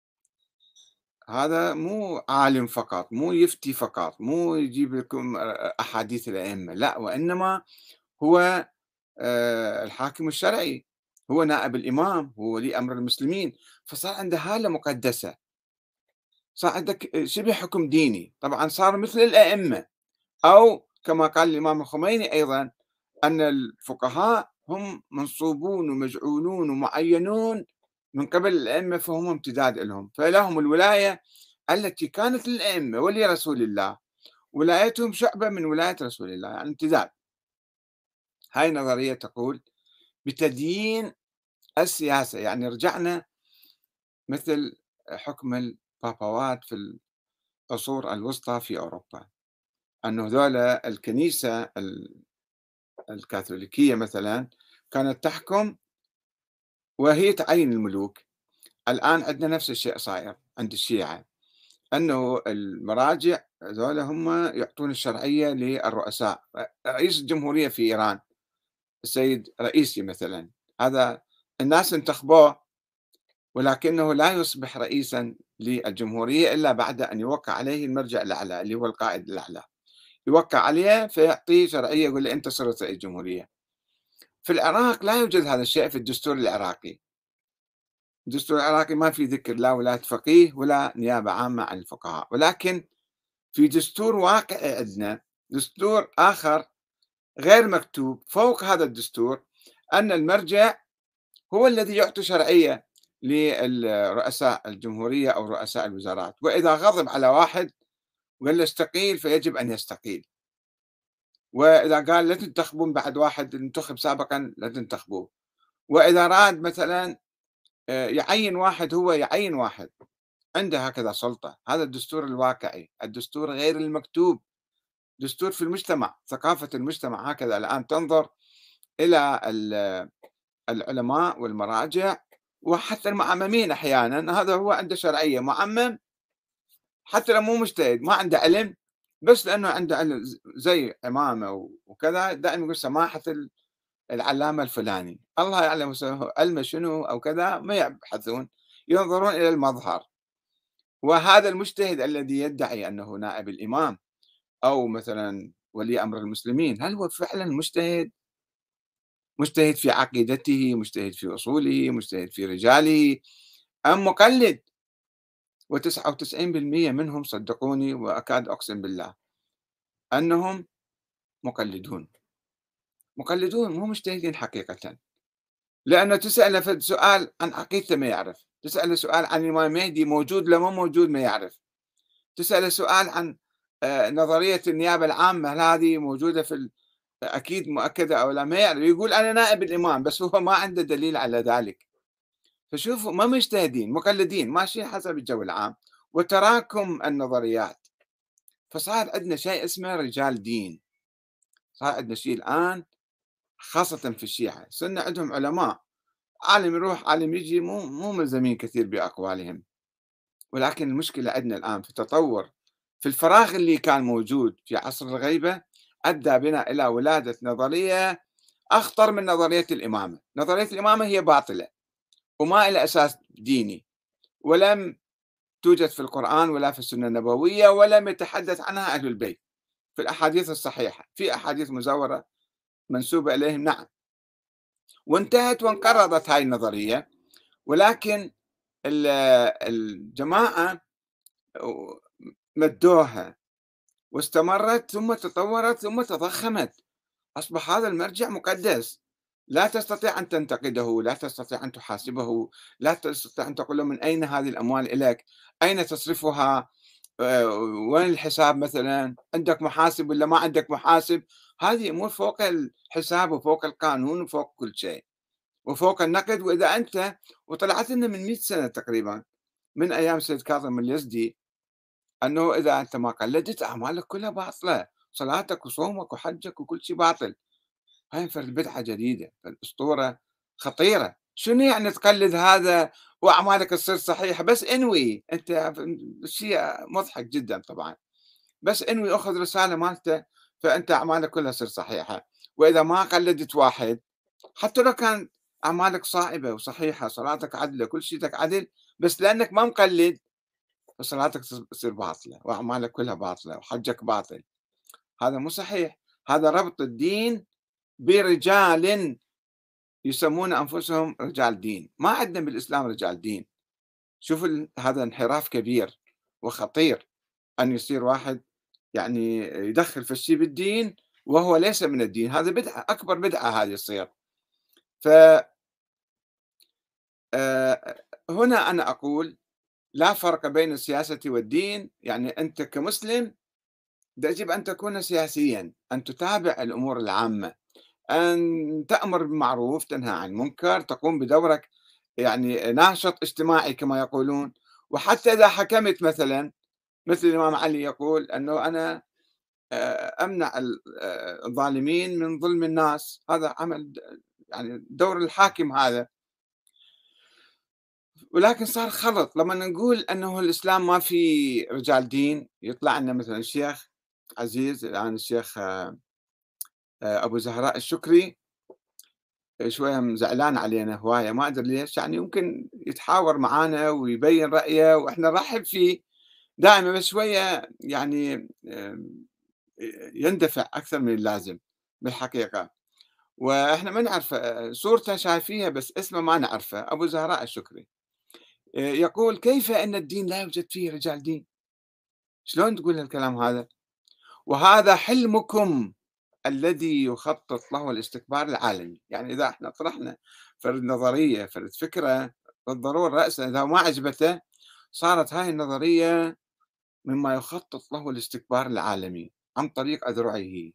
هذا مو عالم فقط، مو يفتي فقط، مو يجيب لكم أ أحاديث الأئمة، لأ، وإنما هو آآ الحاكم الشرعي، هو نائب الإمام، هو ولي أمر المسلمين، فصار عنده هالة مقدسة، صار عندك شبه حكم ديني، طبعًا صار مثل الأئمة، أو كما قال الإمام الخميني أيضًا أن الفقهاء هم منصوبون ومجعولون ومعينون من قبل الأئمة، فهم امتداد لهم، فلهم الولاية التي كانت للأئمة ولرسول الله، ولايتهم شعبة من ولاية رسول الله، يعني امتداد. هاي نظرية تقول بتديين السياسة، يعني رجعنا مثل حكم البابوات في العصور الوسطى في أوروبا، أنه ذولا الكنيسة الكاثوليكية مثلا كانت تحكم وهي تعين الملوك. الآن عندنا نفس الشيء صاير عند الشيعة، أنه المراجع هذول هم يعطون الشرعية للرؤساء. رئيس الجمهورية في إيران السيد رئيسي مثلا، هذا الناس انتخبوه، ولكنه لا يصبح رئيسا للجمهورية إلا بعد أن يوقع عليه المرجع الأعلى اللي هو القائد الأعلى، يوقع عليه فيعطيه شرعية، يقول له أنت صرت رئيس جمهورية. في العراق لا يوجد هذا الشيء في الدستور العراقي. الدستور العراقي ما في ذكر لا ولاية فقيه ولا نيابة عامة عن الفقهاء، ولكن في دستور واقعي عندنا دستور آخر غير مكتوب فوق هذا الدستور، أن المرجع هو الذي يعطي شرعية لرؤساء الجمهورية أو رؤساء الوزارات، وإذا غضب على واحد وقال له استقيل فيجب أن يستقيل، وإذا قال لا تنتخبون بعد واحد انتخب سابقا لا تنتخبوه، وإذا راد مثلا آه، يعين واحد هو يعين واحد، عنده هكذا سلطة. هذا الدستور الواقعي، الدستور غير المكتوب، دستور في المجتمع، ثقافة المجتمع هكذا الآن تنظر إلى العلماء والمراجع وحتى المعممين أحيانا. هذا هو عنده شرعية، معمم حتى لو مو مجتهد ما عنده علم، بس لأنه عنده علم زي إمامة وكذا دائما يقول سماحة العلامة الفلاني، الله يعلم علمه شنو أو كذا، ما يبحثون، ينظرون إلى المظهر. وهذا المجتهد الذي يدعي أنه نائب الإمام أو مثلا ولي أمر المسلمين، هل هو فعلا مجتهد؟ مجتهد في عقيدته، مجتهد في أصوله، مجتهد في رجاله، أم مقلد؟ وتسعة وتسعين بالمئة منهم صدقوني وأكاد أقسم بالله أنهم مقلدون، مقلدون مو مجتهدين حقيقة. لأنه تسأله فد سؤال عن عقيدته ما يعرف، تسأله سؤال عن الإمام المهدي موجود ولا مو موجود ما يعرف، تسأله سؤال عن آه، نظرية النيابة العامة هل هذه موجودة في ال... أكيد مؤكدة أو لا، ما يعرف، يقول أنا نائب الإمام بس هو ما عنده دليل على ذلك. فشوفوا ما مجتهدين، مقلدين، ماشيين حسب الجو العام وتراكم النظريات. فصار عندنا شيء اسمه رجال دين، صار عندنا شيء الآن خاصة في الشيعة، صرنا عندهم علماء، عالم يروح عالم يجي، مو مو ملزمين كثير بأقوالهم. ولكن المشكلة عندنا الآن في التطور، في الفراغ اللي كان موجود في عصر الغيبة أدى بنا إلى ولادة نظرية أخطر من نظرية الإمامة. نظرية الإمامة هي باطلة وما إلى أساس ديني، ولم توجد في القرآن ولا في السنة النبوية، ولم يتحدث عنها أهل البيت في الأحاديث الصحيحة. في أحاديث مزورة منسوبة إليهم نعم، وانتهت وانقرضت هاي النظرية. ولكن الجماعة مدوها واستمرت ثم تطورت ثم تضخمت، أصبح هذا المرجع مقدس، لا تستطيع أن تنتقده، لا تستطيع أن تحاسبه، لا تستطيع أن تقول له من أين هذه الأموال إليك، أين تصرفها، آه، وين الحساب مثلا، عندك محاسب ولا ما عندك محاسب. هذه أمور فوق الحساب وفوق القانون وفوق كل شيء وفوق النقد. وإذا أنت وطلعت لنا من مئة سنة تقريبا من أيام سيد كاظم اليزدي أنه إذا أنت ما قلدت أعمالك كلها باطلة، صلاتك وصومك وحجك وكل شيء باطل. هاي فرد بدعة جديدة، الأسطورة خطيرة. شنو يعني تقلد هذا وأعمالك تصير صحيحة؟ بس انوي أنت، شيء مضحك جدا طبعا، بس انوي أخذ رسالة مالته فأنت أعمالك كلها تصير صحيحة. وإذا ما قلدت واحد حتى لو كان أعمالك صائبة وصحيحة، صلاتك عدلة كل شيء عدل، بس لأنك ما مقلد فصلاتك تصير باطلة وأعمالك كلها باطلة وحجك باطل. هذا مو صحيح، هذا ربط الدين برجال يسمون أنفسهم رجال دين. ما عندنا بالإسلام رجال دين. شوف ال... هذا انحراف كبير وخطير، أن يصير واحد يعني يدخل في الشيء بالدين وهو ليس من الدين. هذا بدعة، أكبر بدعة هذه تصير. ف آه، هنا أنا أقول لا فرق بين السياسة والدين. يعني أنت كمسلم يجب أن تكون سياسيا، أن تتابع الأمور العامة، أن تأمر بالمعروف تنهى عن المنكر، تقوم بدورك يعني ناشط اجتماعي كما يقولون. وحتى إذا حكمت مثلا، مثل الإمام علي يقول أنه أنا آآ أمنع ال آآ الظالمين من ظلم الناس، هذا عمل د يعني دور الحاكم هذا. ولكن صار خلط لمّا نقول أنه الإسلام ما في رجال دين، يطلع لنا مثلًا شيخ عزيز الآن الشيخ آآ أبو زهراء الشكري شوية م زعلان علينا هواية ما أدري ليش، يعني يمكن يتحاور معانا ويبين رأيه وإحنا نرحب فيه دائمًا، بس شوية يعني آمم يندفع أكثر من اللازم بالحقيقة. وإحنا ما نعرفه، آآ صورته شايفيها بس اسمه ما نعرفه، أبو زهراء الشكري. آآ يقول: "كيف أن الدين لا يوجد فيه رجال دين؟" شلون تقول هالكلام هذا؟ "وهذا حلمكم الذي يخطط له الاستكبار العالمي." يعني إذا إحنا طرحنا فرض نظرية، فرض فكرة، بالضرورة رأسًا إذا ما عجبته صارت هاي النظرية مما يخطط له الاستكبار العالمي عن طريق أذرعه.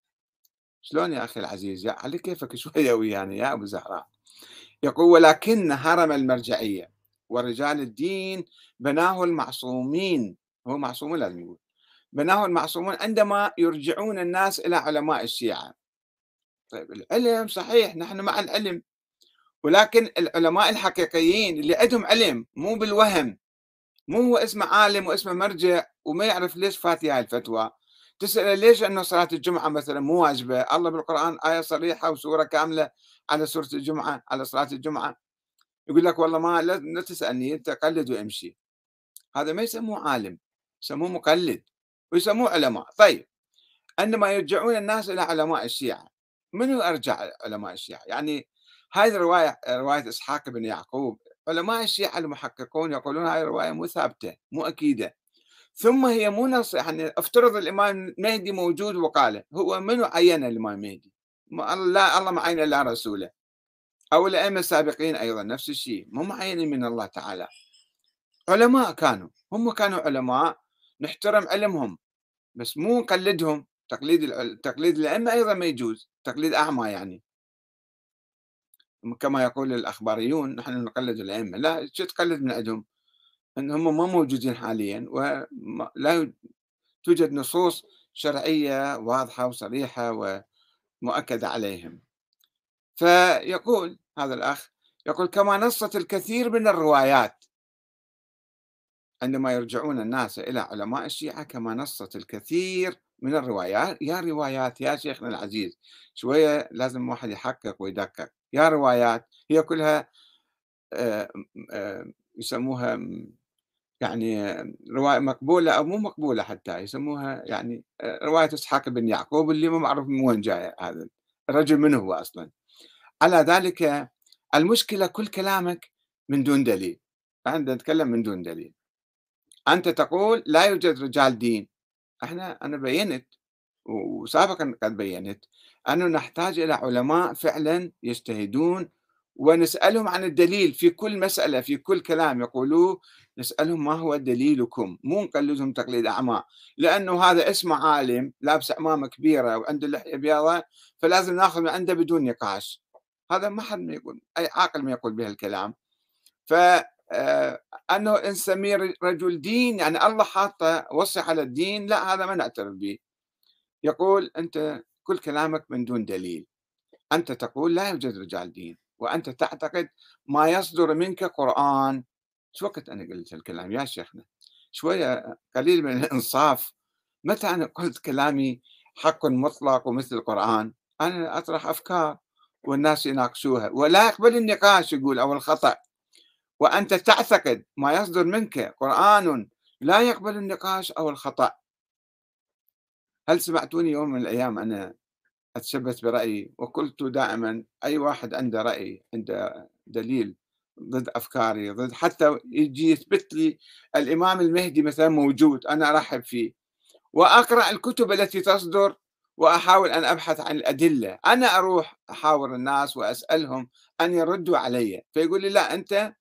شلون يا أخي العزيز؟ يا على كيفك شوية ويانا يا أبو زهراء. يقول: "ولكن هرم المرجعية ورجال الدين بناه المعصومين." هو معصومون لازم يقول. "بناه المعصومون عندما يرجعون الناس إلى علماء الشيعة." طيب العلم صحيح نحن مع العلم، ولكن العلماء الحقيقيين اللي عندهم علم مو بالوهم، مو هو اسمه عالم واسمه مرجع وما يعرف ليش فاتي هاي الفتوى. تسأله ليش أنه صلاة الجمعة مثلًا مو واجبة؟ الله بالقرآن آية صريحة وسورة كاملة على سورة الجمعة، على صلاة الجمعة. يقول لك والله ما لا لا تسألني أنت قلد وامشي. هذا ما يسموه عالم، يسموه مقلد ويسموه علماء. طيب عندما يرجعون الناس إلى علماء الشيعة، منو أرجع علماء الشيعة؟ يعني هذه الرواية رواية إسحاق بن يعقوب، علماء الشيعة المحققون يقولون هذه الرواية مو ثابتة، مو أكيدة، ثم هي مو نص. يعني افترض الإمام المهدي موجود وقاله، هو منو عين الإمام المهدي؟ ما لا الله ما عين إلا رسوله، أو الأئمة السابقين أيضا نفس الشيء، مو معينين من الله تعالى. علماء كانوا، هم كانوا علماء نحترم علمهم، بس مو نقلدهم. تقليد الع تقليد الأئمة أيضًا ما يجوز، تقليد أعمى يعني، كما يقول الأخباريون نحن نقلد الأئمة، لا شو تقلد من عندهم؟ إن هم ما موجودين حاليًا وما لا يو توجد نصوص شرعية واضحة وصريحة ومؤكدة عليهم. فيقول هذا الأخ، يقول: "كما نصت الكثير من الروايات." عندما يرجعون الناس إلى علماء الشيعة كما نصت الكثير من الروايات. يا روايات يا شيخنا العزيز، شوية لازم الواحد يحقق ويدقق. يا روايات هي كلها آه، آه، يسموها م- يعني آه، رواية مقبولة أو مو مقبولة، حتى يسموها يعني آه، رواية إسحاق بن يعقوب اللي ما معروف من وين جاي هذا الرجل، من هو أصلا. على ذلك المشكلة كل كلامك من دون دليل، عندنا نتكلم من دون دليل. أنت تقول لا يوجد رجال دين. إحنا أنا بيّنت وسابقًا قد بيّنت أنه نحتاج إلى علماء فعلًا يجتهدون ونسألهم عن الدليل في كل مسألة، في كل كلام يقولوه نسألهم ما هو دليلكم، مو نقلدهم تقليد أعمى. لأنه هذا اسمه عالم لابس عمامة كبيرة وعنده لحية بيضا فلازم ناخذ من عنده بدون نقاش. هذا ما حد ما يقول، أي عاقل ما يقول بهالكلام. ف آآ أنه نسميه ر رجل دين، يعني الله حاطه وصي على الدين، لأ هذا ما نعترف به. يقول: "أنت كل كلامك من دون دليل، أنت تقول لا يوجد رجال دين، وأنت تعتقد ما يصدر منك قرآن." شو وقت أنا قلت هالكلام يا شيخنا؟ شوية قليل من الإنصاف. متى أنا قلت كلامي حق مطلق ومثل القرآن؟ أنا أطرح أفكار والناس يناقشوها ولا يقبل النقاش يقول أو الخطأ. وأنت تعتقد ما يصدر منك قرآن لا يقبل النقاش أو الخطأ. هل سمعتوني يوم من الأيام أنا أتشبث برأيي؟ وقلت دائما أي واحد عنده رأي، عنده دليل ضد أفكاري، ضد حتى يجي يثبت لي الإمام المهدي مثلا موجود، أنا أرحب فيه وأقرأ الكتب التي تصدر وأحاول أن أبحث عن الأدلة. أنا أروح أحاور الناس وأسألهم أن يردوا علي، فيقول لي لا أنت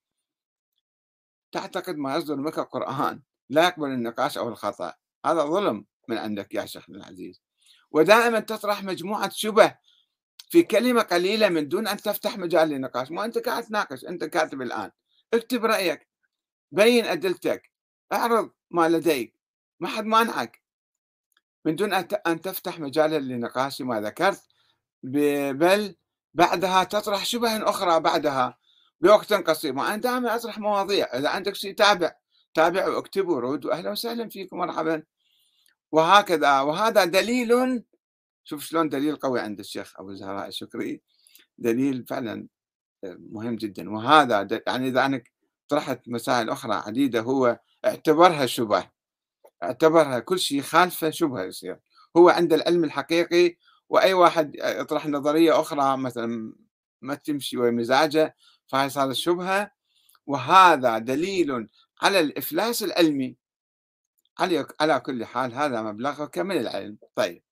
تعتقد ما يصدر منك قرآن لا يقبل النقاش أو الخطأ. هذا ظلم من عندك يا شيخنا العزيز. ودائما تطرح مجموعة شبه في كلمة قليلة من دون أن تفتح مجال للنقاش. ما أنت قاعد تناقش، أنت كاتب الآن، اكتب رأيك، بين أدلتك، اعرض ما لديك، ما حد مانعك. من دون أن ت أن تفتح مجالًا لنقاش ما ذكرت، ب بل بعدها تطرح شبه أخرى بعدها بوقت قصير، ما أنا دائمًا أطرح مواضيع، إذا عندك شيء تابع، تابع واكتب ورد وأهلًا وسهلًا فيك ومرحبًا، وهكذا. وهذا دليل، شوف شلون دليل قوي عند الشيخ أبو زهراء الشكري، دليل فعلًا آآ مهم جدًا. وهذا د يعني إذا أنا طرحت مسائل أخرى عديدة هو اعتبرها شُبه، اعتبرها كل شيء يخالفه شُبهة يصير، هو عنده العلم الحقيقي، وأي واحد أ يطرح نظرية أخرى مثلًا ما تمشي ويا مزاجه، فهاي صارت شُبهة، وهذا دليل على الإفلاس العلمي. علي على كل حال هذا مبلغك من العلم. طيب،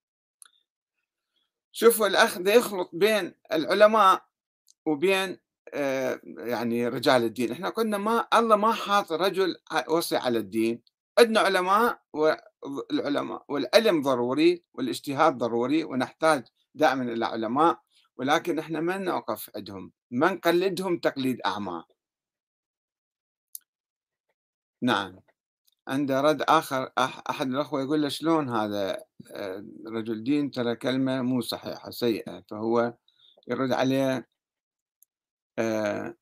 شوفوا الأخ دا يخلط بين العلماء وبين آآ يعني رجال الدين. إحنا قلنا ما الله ما حاط رجل ع وصي على الدين، عندنا علماء و ض العلماء والعلم ضروري والاجتهاد ضروري ونحتاج دائمًا إلى علماء، ولكن إحنا ما نوقف عندهم، ما نقلدهم تقليد أعمى. نعم. عنده رد آخر، أح أحد الأخوة يقول له: "شلون هذا آآ رجل دين ترى كلمة مو صحيحة سيئة." فهو يرد عليه آآ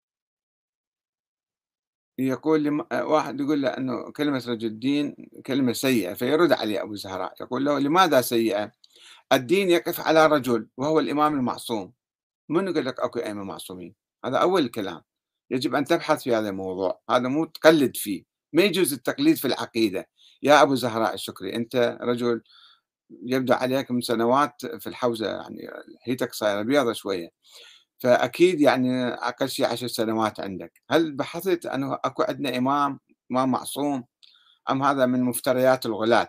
يقول لم أ واحد يقول له إنه كلمة رجل دين كلمة سيئة، فيرد عليه أبو زهراء يقول له: "لماذا سيئة؟ الدين يقف على رجل وهو الإمام المعصوم، من يقول لك أكو أئمة معصومين؟" هذا أول الكلام، يجب أن تبحث في هذا الموضوع، هذا مو تقلد فيه، ما يجوز التقليد في العقيدة. يا أبو زهراء الشكري، أنت رجل يبدو عليك من سنوات في الحوزة، يعني لحيتك صايرة بيضة شوية، فأكيد يعني أقل شيء عشر سنوات عندك. هل بحثت أنه أكو عندنا إمام إمام معصوم، أم هذا من مفتريات الغلاة؟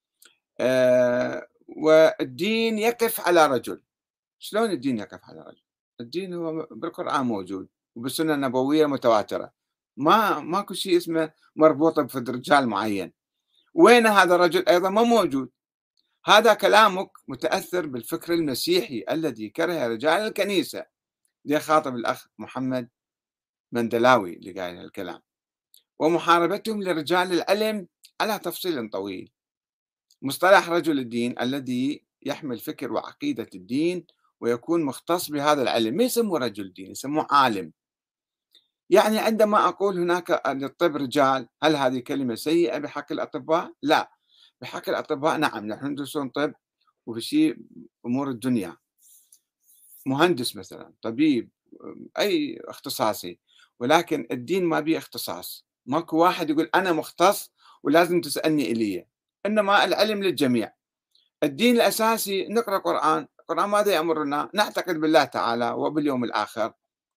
آآ والدين يقف على رجل، شلون الدين يقف على رجل؟ الدين هو بالقرآن موجود وبالسنة النبوية متواترة، ما ماكو شيء اسمه مربوطة بفد رجال معين، وين هذا الرجل أيضًا ما موجود. هذا كلامك متأثر بالفكر المسيحي الذي كره رجال الكنيسة، ليخاطب الأخ محمد مندلاوي اللي قايل هالكلام، ومحاربتهم لرجال العلم على تفصيل طويل. مصطلح رجل الدين الذي يحمل فكر وعقيدة الدين ويكون مختص بهذا العلم، ما يسموه رجل دين، يسموه عالم. يعني عندما أقول هناك للطب رجال، هل هذه كلمة سيئة بحق الأطباء؟ لا، بحق الأطباء نعم، نحن ندرسون طب وفي شيء أمور الدنيا، مهندس مثلا، طبيب، أي اختصاصي، ولكن الدين ما بيه اختصاص، ماكو واحد يقول أنا مختص ولازم تسألني إليه، إنما العلم للجميع. الدين الأساسي نقرأ قرآن، القرآن ماذا يأمرنا؟ نعتقد بالله تعالى وباليوم الآخر،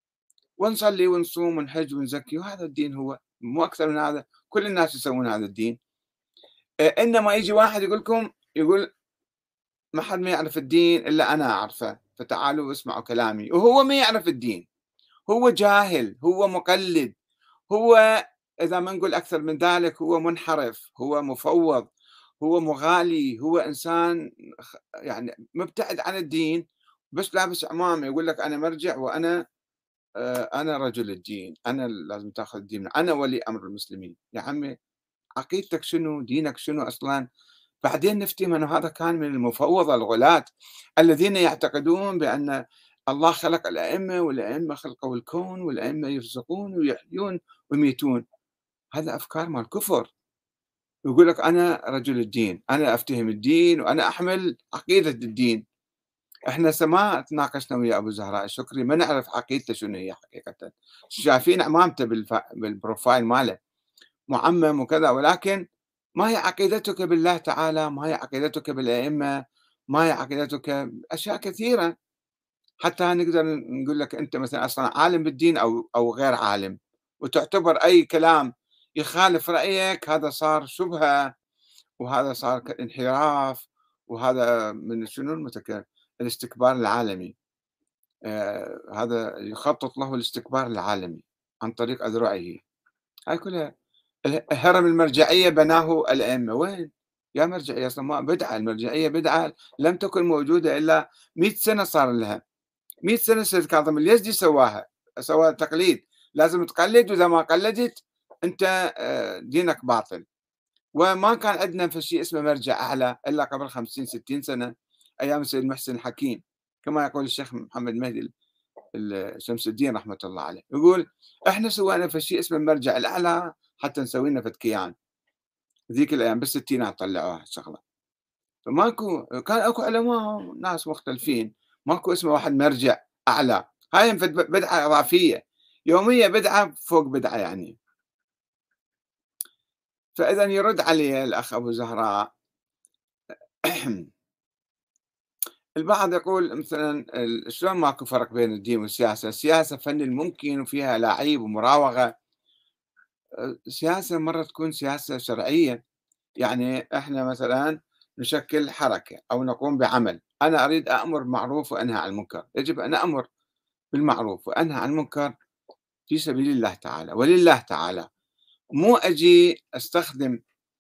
ونصلي ونصوم ونحج ونزكي، وهذا الدين هو، مو أكثر من هذا، كل الناس يسوون هذا الدين. آه، إنما يجي واحد يقول لكم، يقول ما حد ما يعرف الدين إلا أنا أعرفه، فتعالوا واسمعوا كلامي، وهو ما يعرف الدين، هو جاهل، هو مقلد، هو إذا ما نقول أكثر من ذلك هو منحرف، هو مفوض، هو مغالي، هو إنسان خ يعني مبتعد عن الدين، بس لابس عمامة يقول لك أنا مرجع وأنا آآ أنا رجل الدين، أنا ال لازم تاخذ الدين، أنا ولي أمر المسلمين. يا عمي عقيدتك شنو؟ دينك شنو أصلًا؟ بعدين نفتهم أنه هذا كان من المفوضة الغلاة الذين يعتقدون بأن الله خلق الأئمة والأئمة خلقوا الكون والأئمة يرزقون ويحيون ويميتون. هذا أفكار مال كفر. يقول لك أنا رجل الدين، أنا أفتهم الدين وأنا أحمل عقيدة الدين. إحنا هسه ما تناقشنا ويا أبو زهراء الشكري، ما نعرف عقيدته شنو هي حقيقةً، شايفين عمامته بالف بالبروفايل ماله معمم وكذا، ولكن ما هي عقيدتك بالله تعالى؟ ما هي عقيدتك بالأئمة؟ ما هي عقيدتك أشياء كثيرة، حتى نقدر نقول لك أنت مثلًا أصلًا عالم بالدين أو أو غير عالم، وتعتبر أي كلام يخالف رأيك هذا صار شبهة، وهذا صار كانحراف، وهذا من شنو المتك الاستكبار العالمي. آآ هذا يخطط له الاستكبار العالمي عن طريق أذرعه. هاي كلها اله هرم المرجعية بناه الأئمة، وين؟ يا مرجعية أصلًا ما بدعة، المرجعية بدعة لم تكن موجودة إلا مئة سنة صار لها، مئة سنة السيد كاظم اليزدي سواها، سوى تقليد، لازم تقلد، وإذا ما قلدت أنت آآ دينك باطل. وما كان عندنا فشي اسمه مرجع أعلى إلا قبل خمسين ستين سنة أيام السيد محسن الحكيم، كما يقول الشيخ محمد مهدي ال شمس الدين رحمة الله عليه، يقول: إحنا سوينا فشي اسمه المرجع الأعلى حتى نسوي لنا فد كيان، ذيك الأيام بالستينات طلعوها الشغلة، فماكو كان أكو علماء وناس مختلفين، ماكو اسمه واحد مرجع أعلى، هاي فد بدعة إضافية، يومية بدعة فوق بدعة يعني. فإذا يرد علي الأخ أبو زهراء البعض يقول مثلًا ال شلون ماكو فرق بين الدين والسياسة؟ السياسة فن الممكن وفيها ألاعيب ومراوغة، آآ السياسة مرة تكون سياسة شرعية، يعني إحنا مثلًا نشكل حركة أو نقوم بعمل، أنا أريد أأمر بالمعروف وأنهى عن المنكر، يجب أن أأمر بالمعروف وأنهى عن المنكر في سبيل الله تعالى ولله تعالى، مو أجي أستخدم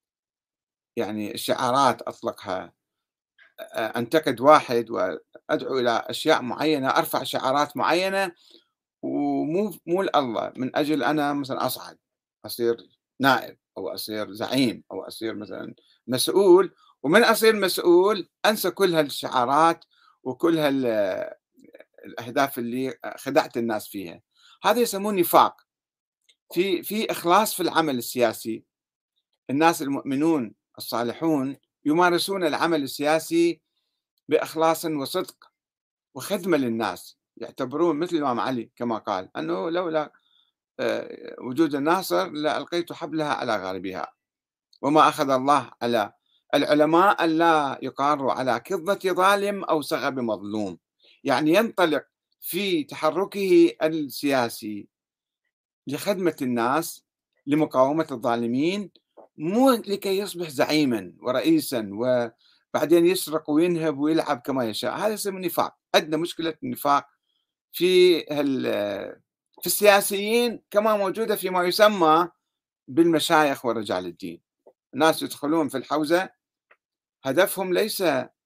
يعني شعارات أطلقها، أ أنتقد واحد وأدعو إلى أشياء معينة، أرفع شعارات معينة ومو مو لله، من أجل أنا مثلًا أصعد، أصير نائب أو أصير زعيم أو أصير مثلًا مسؤول، ومن أصير مسؤول أنسى كل هالشعارات وكل هال الأهداف اللي خدعت الناس فيها، هذا يسموه نفاق، في في إخلاص في العمل السياسي، الناس المؤمنون الصالحون يمارسون العمل السياسي بإخلاص وصدق وخدمة للناس، يعتبرون مثل الإمام علي كما قال أنه لولا آآ وجود الناصر لألقيت حبلها على غاربها، وما أخذ الله على العلماء ألا يقاروا على كظة ظالم أو صغب مظلوم، يعني ينطلق في تحركه السياسي لخدمة الناس، لمقاومة الظالمين، مو لكي يصبح زعيمًا ورئيسًا وبعدين يسرق وينهب ويلعب كما يشاء، هذا يسمى نفاق، عندنا مشكلة النفاق في هال في السياسيين كما موجودة فيما يسمى بالمشايخ ورجال الدين، الناس يدخلون في الحوزة هدفهم ليس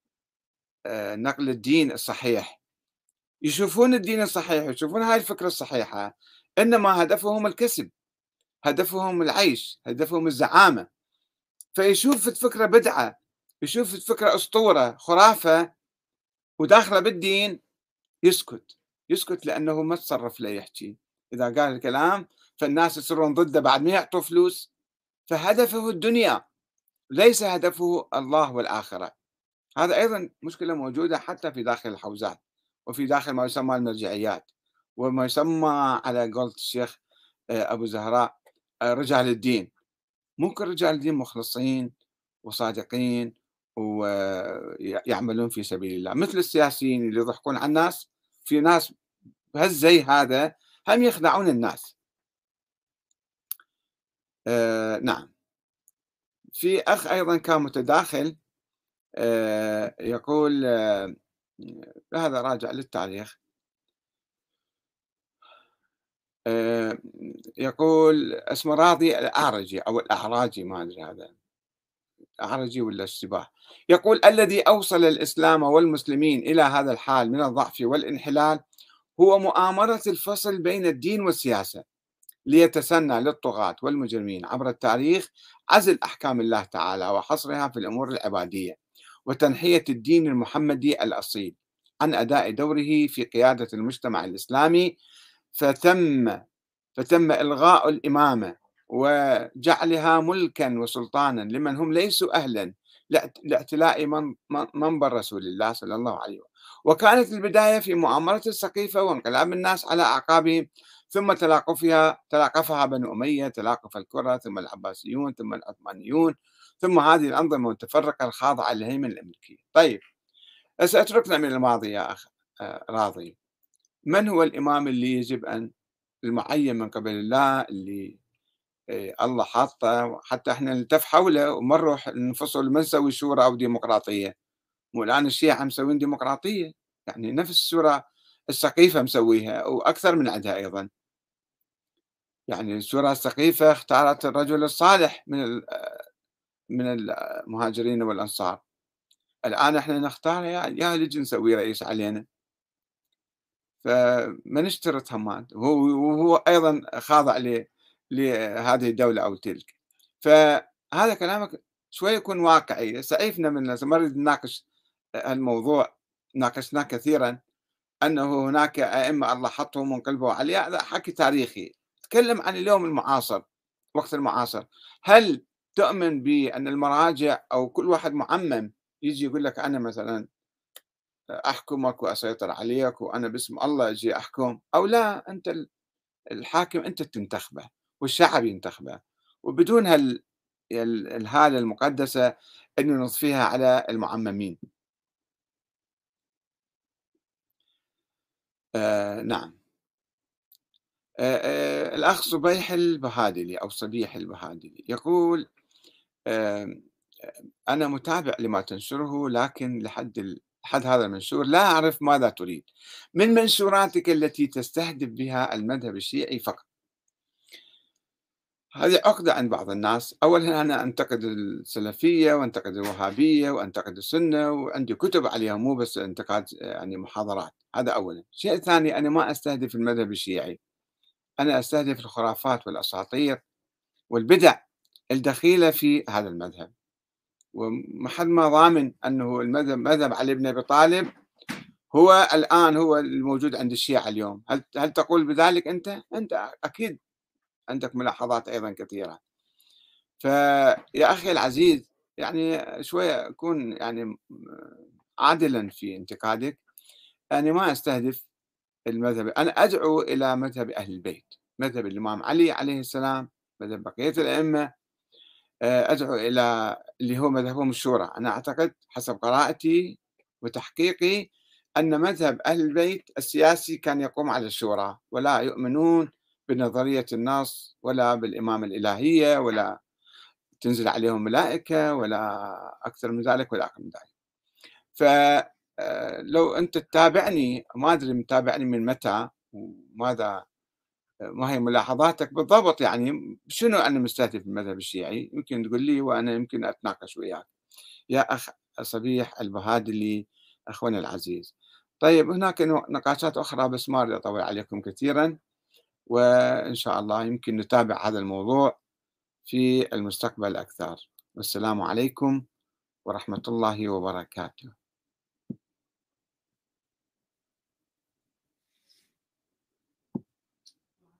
آآ نقل الدين الصحيح، يشوفون الدين الصحيح ويشوفون هاي الفكرة الصحيحة، إنما هدفهم الكسب، هدفهم العيش، هدفهم الزعامة، فيشوف الفكرة بدعة، يشوف الفكرة أسطورة، خرافة وداخلة بالدين يسكت، يسكت لأنه ما تصرف ليحكي، إذا قال الكلام فالناس يصيرون ضده بعد ما يعطوا فلوس، فهدفه الدنيا ليس هدفه الله والآخرة، هذا أيضا مشكلة موجودة حتى في داخل الحوزات وفي داخل ما يسمى المرجعيات وما يسمى على قولة الشيخ آه، أبو زهراء آه، رجال الدين، ممكن رجال الدين مخلصين وصادقين ويعملون في سبيل الله مثل السياسيين اللي يضحكون على الناس، في ناس بهالزي هذا هم يخدعون الناس. آه نعم، في أخ أيضا كان متداخل آه يقول آه هذا راجع للتاريخ، آه يقول اسمه راضي الأعرجي أو الأعراجي ما أدري هذا أعرجي ولا اشتباه، يقول: الذي أوصل الإسلام والمسلمين إلى هذا الحال من الضعف والانحلال هو مؤامرة الفصل بين الدين والسياسة ليتسنى للطغاة والمجرمين عبر التاريخ عزل أحكام الله تعالى وحصرها في الأمور العبادية وتنحية الدين المحمدي الأصيل عن أداء دوره في قيادة المجتمع الإسلامي، فتم فتم إلغاء الإمامة وجعلها ملكا وسلطانا لمن هم ليسوا أهلا لاعت- لاعتلاء من- من- منبر رسول الله صلى الله عليه وسلم، وكانت البداية في مؤامرة السقيفة وانقلاب الناس على أعقابهم، ثم تلاقفها تلاقفها بنو أمية، تلاقف الكرة، ثم العباسيون، ثم العثمانيون، ثم هذه الأنظمة المتفرقة الخاضعة للهيمنة الأمريكية. طيب، سأتركنا من الماضي يا أخ آه، راضي، من هو الإمام اللي يجب أن المعين من قبل الله اللي آآ الله حاطّه حتى إحنا نلتف حوله وما نروح ننفصل ما نسوي شورى أو ديمقراطية، والآن الشيعة مسوين ديمقراطية، يعني نفس الشورى السقيفة مسويها وأكثر من عندها أيضًا، يعني الشورى السقيفة اختارت الرجل الصالح من ال من المهاجرين والأنصار، الآن إحنا نختار يا يا نجي نسويه رئيس علينا، فما نشترط همّات، وهو وهو أيضًا خاضع ل لهذه الدولة أو تلك، ف هذا كلامك شوي يكون واقعي، سعيفنا من الناس، ما نريد نناقش الموضوع، ناقشناه كثيرًا، أنه هناك أئمة الله حطهم وانقلبوا عليه، هذا حكي تاريخي. تكلم عن اليوم المعاصر، وقت المعاصر، هل تؤمن بأن المراجع أو كل واحد مُعمم ييجي يقول لك أنا مثلًا أحكمك وأسيطر عليك وأنا باسم الله أجي أحكم، أو لا أنت ال الحاكم أنت تنتخبه والشعب ينتخبه، وبدون هال ال الهالة المقدسة إنه نضفيها على المُعممين. آآ نعم. آآ آآ الأخ صبيح البهادلي أو صبيح البهادلي يقول: آمم أنا متابع لما تنشره، لكن لحد ال لحد هذا المنشور لا أعرف ماذا تريد من منشوراتك التي تستهدف بها المذهب الشيعي فقط. هذه عقدة عند بعض الناس. أولًا أنا أنتقد السلفية وأنتقد الوهابية وأنتقد السنة وعندي كتب عليها، مو بس انتقاد يعني محاضرات، هذا أولًا. الشيء الثاني، أنا ما أستهدف المذهب الشيعي، أنا أستهدف الخرافات والأساطير والبدع الدخيلة في هذا المذهب، وما حد ما ضامن أنه المذهب مذهب علي بن أبي طالب هو الآن هو الموجود عند الشيعة اليوم. هل هل تقول بذلك أنت؟ أنت أكيد عندك ملاحظات أيضًا كثيرة. فيا أخي العزيز، يعني شوية كن يعني م عادلًا في انتقادك. أنا ما أستهدف المذهب، أنا أدعو إلى مذهب أهل البيت، مذهب الإمام علي عليه السلام، مذهب بقية الأئمة. آآ أدعو إلى اللي هو مذهبهم الشورى. أنا أعتقد حسب قراءتي وتحقيقي أن مذهب أهل البيت السياسي كان يقوم على الشورى، ولا يؤمنون بنظرية النص ولا بالإمامة الإلهية ولا تنزل عليهم ملائكة ولا أكثر من ذلك ولا أقل من ذلك. ف آآ لو أنت تتابعني، ما أدري متابعني من متى وماذا ما هي ملاحظاتك بالضبط، يعني شنو أنا مستهدف بالمذهب الشيعي؟ يمكن تقول لي وأنا يمكن أتناقش وياك. يا أخ صبيح البهادلي أخونا العزيز. طيب هناك نو نقاشات أخرى بس ما أريد أطوّل عليكم كثيرًا، وإن شاء الله يمكن نتابع هذا الموضوع في المستقبل أكثر. والسلام عليكم ورحمة الله وبركاته.